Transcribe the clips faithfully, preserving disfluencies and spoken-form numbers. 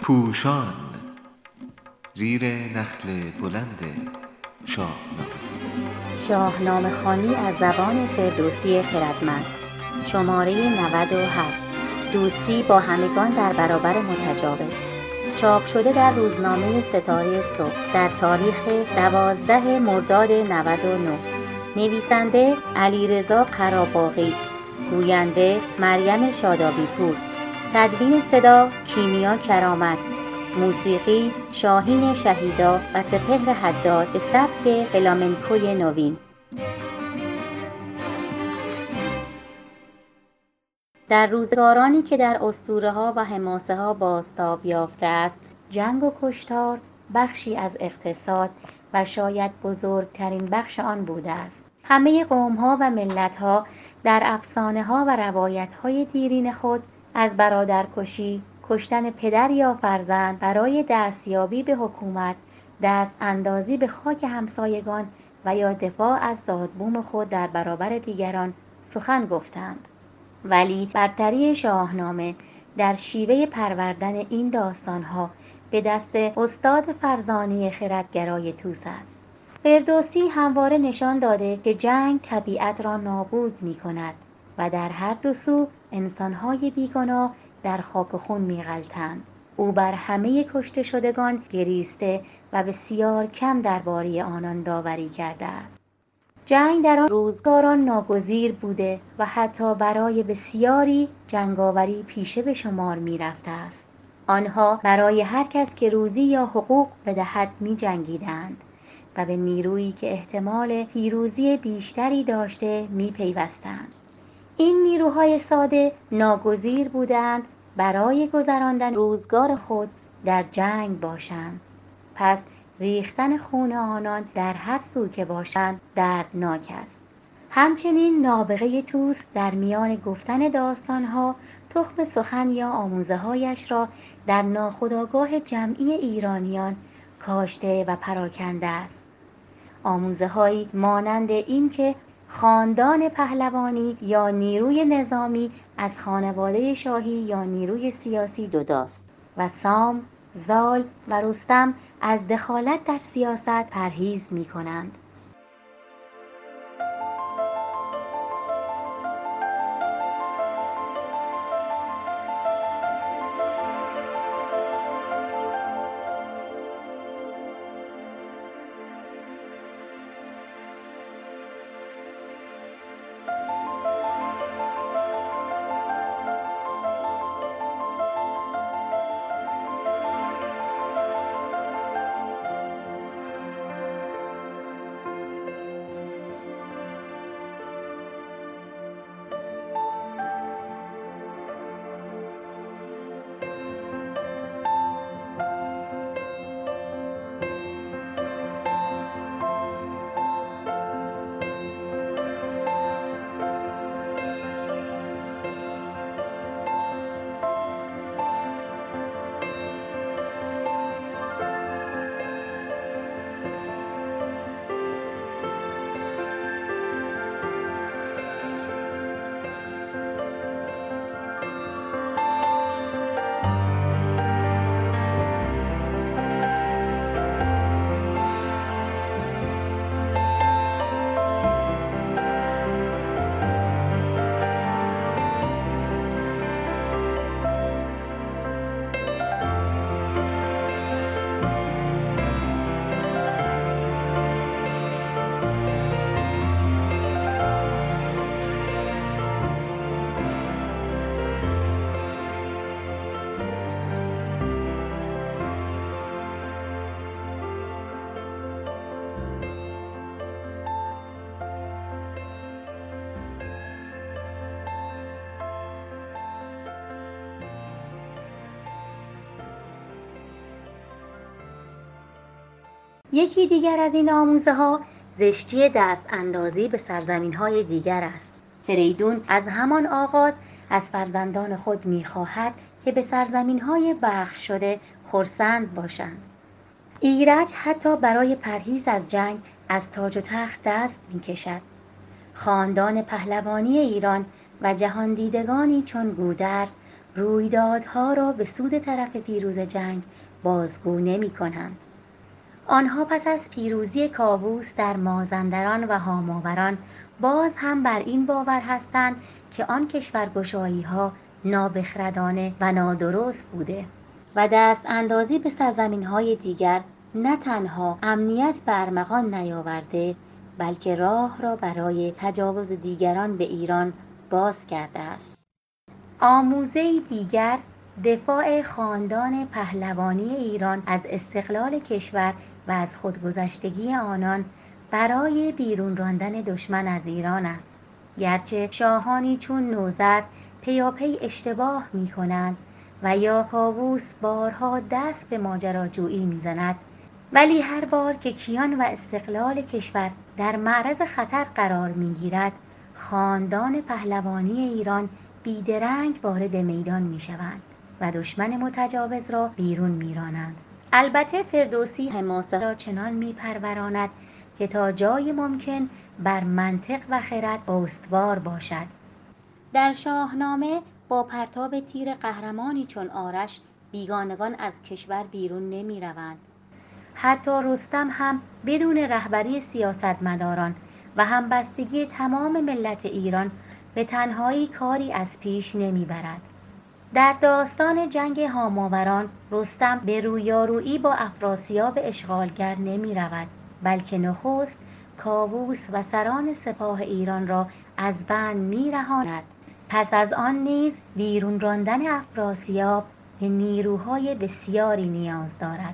پوشان زیر نخل بلند شاهنامه. شاهنامه خوانی از زبان فردوسی خردمند. شماره نود و هفت. دوستی با همگان در برابر متجاور. چاپ شده در روزنامه ستاره صبح در تاریخ دوازده مرداد نود و نه. نویسنده علیرضا قراباغی، گوینده مریم شادابی‌پور، تدوین صدا کیمیا کرامت، موسیقی شاهین شهیدا و سپهر حداد به سبک فلامنکوی نوین. در روزگارانی که در اسطوره‌ها و حماسه‌ها بازتاب یافته است، جنگ و کشتار بخشی از اقتصاد و شاید بزرگترین بخش آن بوده است. همه قوم‌ها و ملت‌ها در افسانه‌ها و روایت‌های دیرین خود از برادرکشی، کشتن پدر یا فرزند برای دستیابی به حکومت، دست اندازی به خاک همسایگان و یا دفاع از زادبوم خود در برابر دیگران سخن گفتند. ولی برتری شاهنامه در شیوه پروردن این داستان‌ها به دست استاد فرزانه خردگرای طوس است. فردوسی همواره نشان داده که جنگ طبیعت را نابود می‌کند و در هر دو سو انسان‌های بیگناه در خاک و خون می‌غلطند. او بر همه کشته شدگان گریسته و بسیار کم درباره آنان داوری کرده است. جنگ در آن روزگاران ناگزیر بوده و حتی برای بسیاری جنگاوری پیشه به شمار می‌رفته است. آنها برای هر کس که روزی یا حقوق بدهد می‌جنگیدند و به نیرویی که احتمال پیروزی بیشتری داشته می‌پیوستند. این نیروهای ساده ناگزیر بودند برای گذراندن روزگار خود در جنگ باشند. پس ریختن خون آنان در هر سو که باشند دردناک است. همچنین نابغه طوس در میان گفتن داستانها تخم سخن یا آموزه‌هایش را در ناخودآگاه جمعی ایرانیان کاشته و پراکنده است. آموزه‌هایی مانند این که خاندان پهلوانی یا نیروی نظامی از خانواده شاهی یا نیروی سیاسی جداست و سام، زال و رستم از دخالت در سیاست پرهیز می‌کنند. یکی دیگر از این آموزه‌ها زشتی دست اندازی به سرزمین‌های دیگر است. فریدون از همان آغاز از فرزندان خود می‌خواهد که به سرزمین‌های بخش شده خرسند باشند. ایرج حتی برای پرهیز از جنگ از تاج و تخت دست می‌کشد. خاندان پهلوانی ایران و جهاندیدگانی چون گودرز، رویدادها را به سود طرف پیروز جنگ بازگو نمی کنند. آنها پس از پیروزی کاووس در مازندران و هاماوران باز هم بر این باور هستند که آن کشورگشایی‌ها نابخردانه و نادرست بوده و دست اندازی به سرزمین‌های دیگر نه تنها امنیت به ارمغان نیاورده، بلکه راه را برای تجاوز دیگران به ایران باز کرده است. آموزه‌ای دیگر دفاع خاندان پهلوانی ایران از استقلال کشور و از خودگذشتگی آنان برای بیرون راندن دشمن از ایران است. گرچه شاهانی چون نوذر پیاپی اشتباه می کنند و یا کاووس بارها دست به ماجراجویی می زند، ولی هر بار که کیان و استقلال کشور در معرض خطر قرار می گیرد، خاندان پهلوانی ایران بیدرنگ وارد میدان می شوند و دشمن متجاوز را بیرون می رانند. البته فردوسی حماسه را چنان می پروراند که تا جای ممکن بر منطق و خرد استوار باشد. در شاهنامه با پرتاب تیر قهرمانی چون آرش بیگانگان از کشور بیرون نمی روند. حتی رستم هم بدون رهبری سیاستمداران و همبستگی تمام ملت ایران به تنهایی کاری از پیش نمی برد. در داستان جنگ هاماوران رستم به رویارویی با افراسیاب اشغالگر نمی رود، بلکه نخست کاووس و سران سپاه ایران را از بند می رهاند. پس از آن نیز بیرون راندن افراسیاب به نیروهای بسیاری نیاز دارد.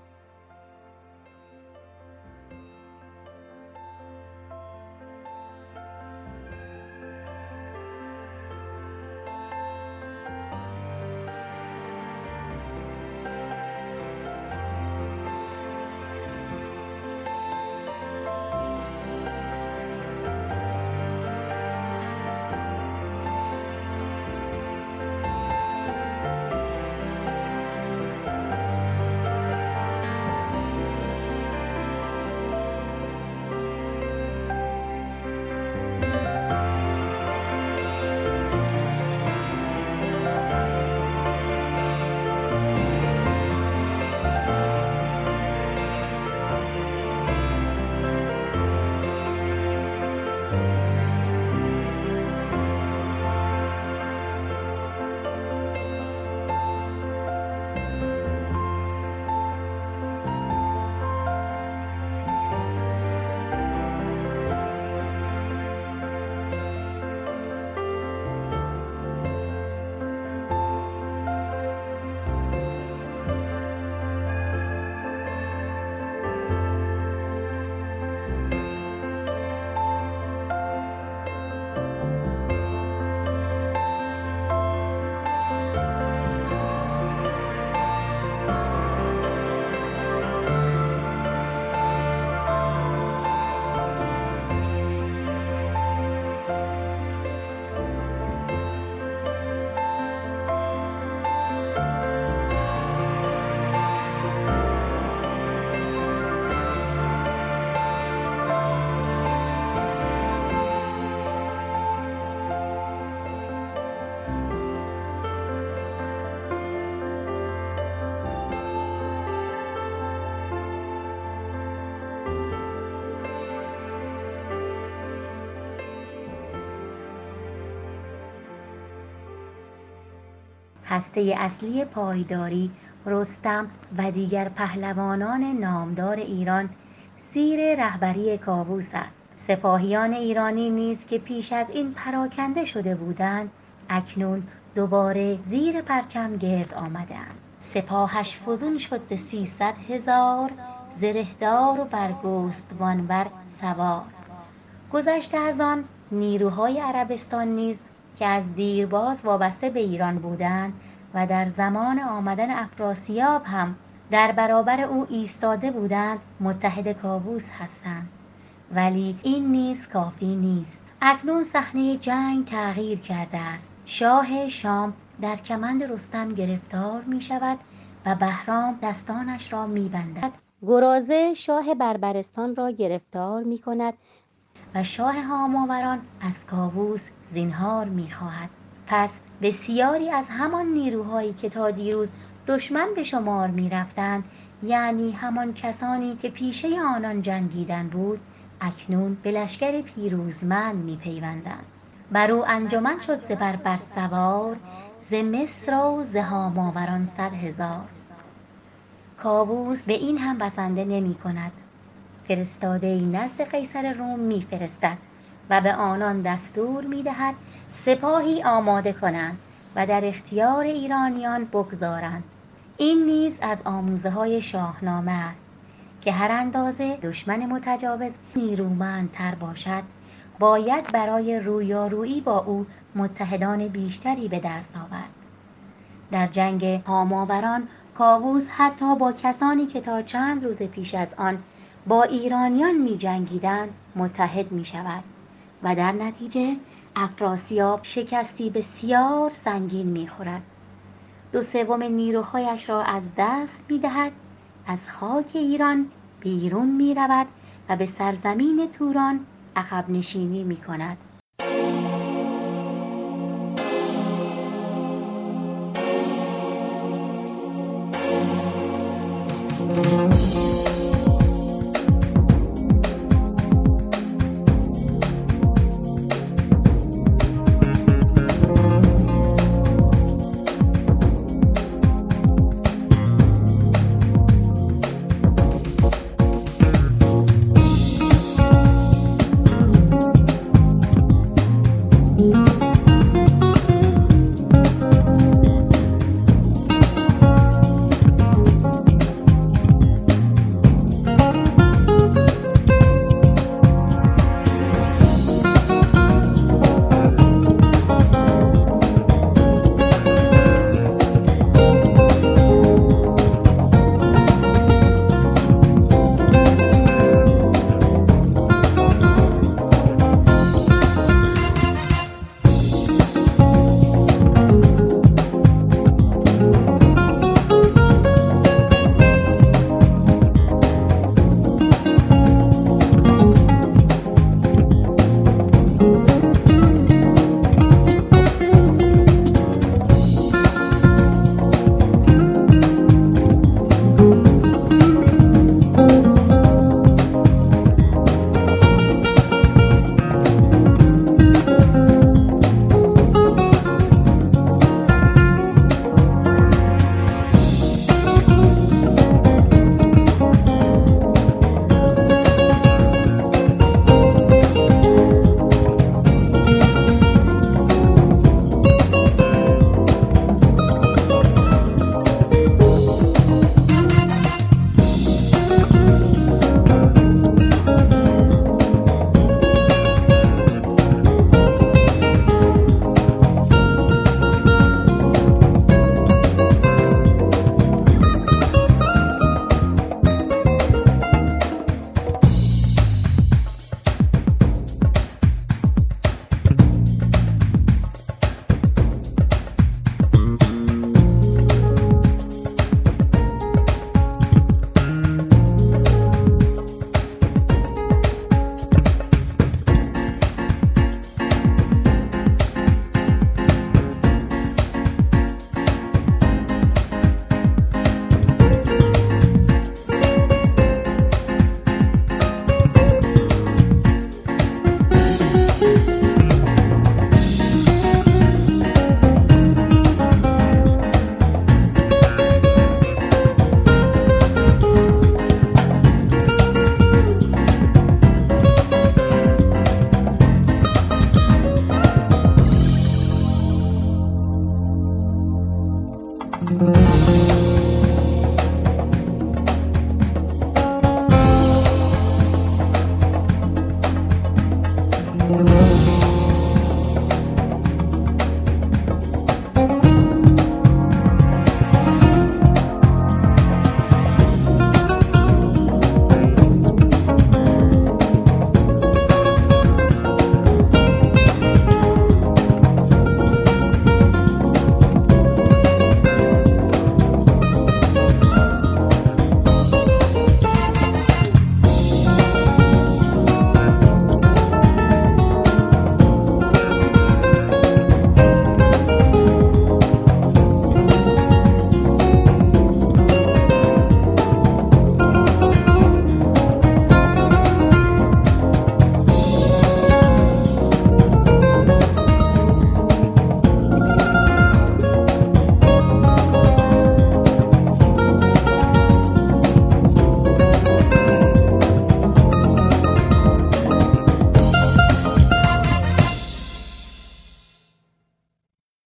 هسته اصلی پایداری رستم و دیگر پهلوانان نامدار ایران زیر رهبری کاووس است. سپاهیان ایرانی نیز که پیش از این پراکنده شده بودند، اکنون دوباره زیر پرچم گرد آمدند. سپاهش فزون شد به سیصد هزار، زرهدار و برگستوانور سوار. گذشته از آن نیروهای عربستان نیز که از دیرباز وابسته به ایران بودند و در زمان آمدن افراسیاب هم در برابر او ایستاده بودند متحد کاووس هستند، ولی این نیز کافی نیست. اکنون صحنه جنگ تغییر کرده است. شاه شام در کمند رستم گرفتار می شود و بهرام دستانش را می بندد. گرازه شاه بربرستان را گرفتار می کند و شاه هاماوران از کاووس زینهار می خواهد. پس بسیاری از همان نیروهایی که تا دیروز دشمن به شمار می رفتند، یعنی همان کسانی که پیشه آنان جنگیدن بود، اکنون به لشکر پیروزمند می پیوندند. بر او انجمن شد ز بربر سوار، ز مصر و ز هاماوران صد هزار. کاووس به این هم بسنده نمی کند. فرستاده‌ای نزد قیصر روم می فرستد و به آنان دستور می دهد سپاهی آماده کنند و در اختیار ایرانیان بگذارند. این نیز از آموزه های شاهنامه است که هر اندازه دشمن متجاوز نیرومندتر باشد، باید برای رویارویی با او متحدان بیشتری به دست آورد. در جنگ هاماوران کاووس حتی با کسانی که تا چند روز پیش از آن با ایرانیان می جنگیدند متحد می شود و در نتیجه افراسیاب شکستی بسیار سنگین می خورد. دو سوم نیروهایش را از دست می دهد، از خاک ایران بیرون می رود و به سرزمین توران عقب نشینی می کند. Thank you.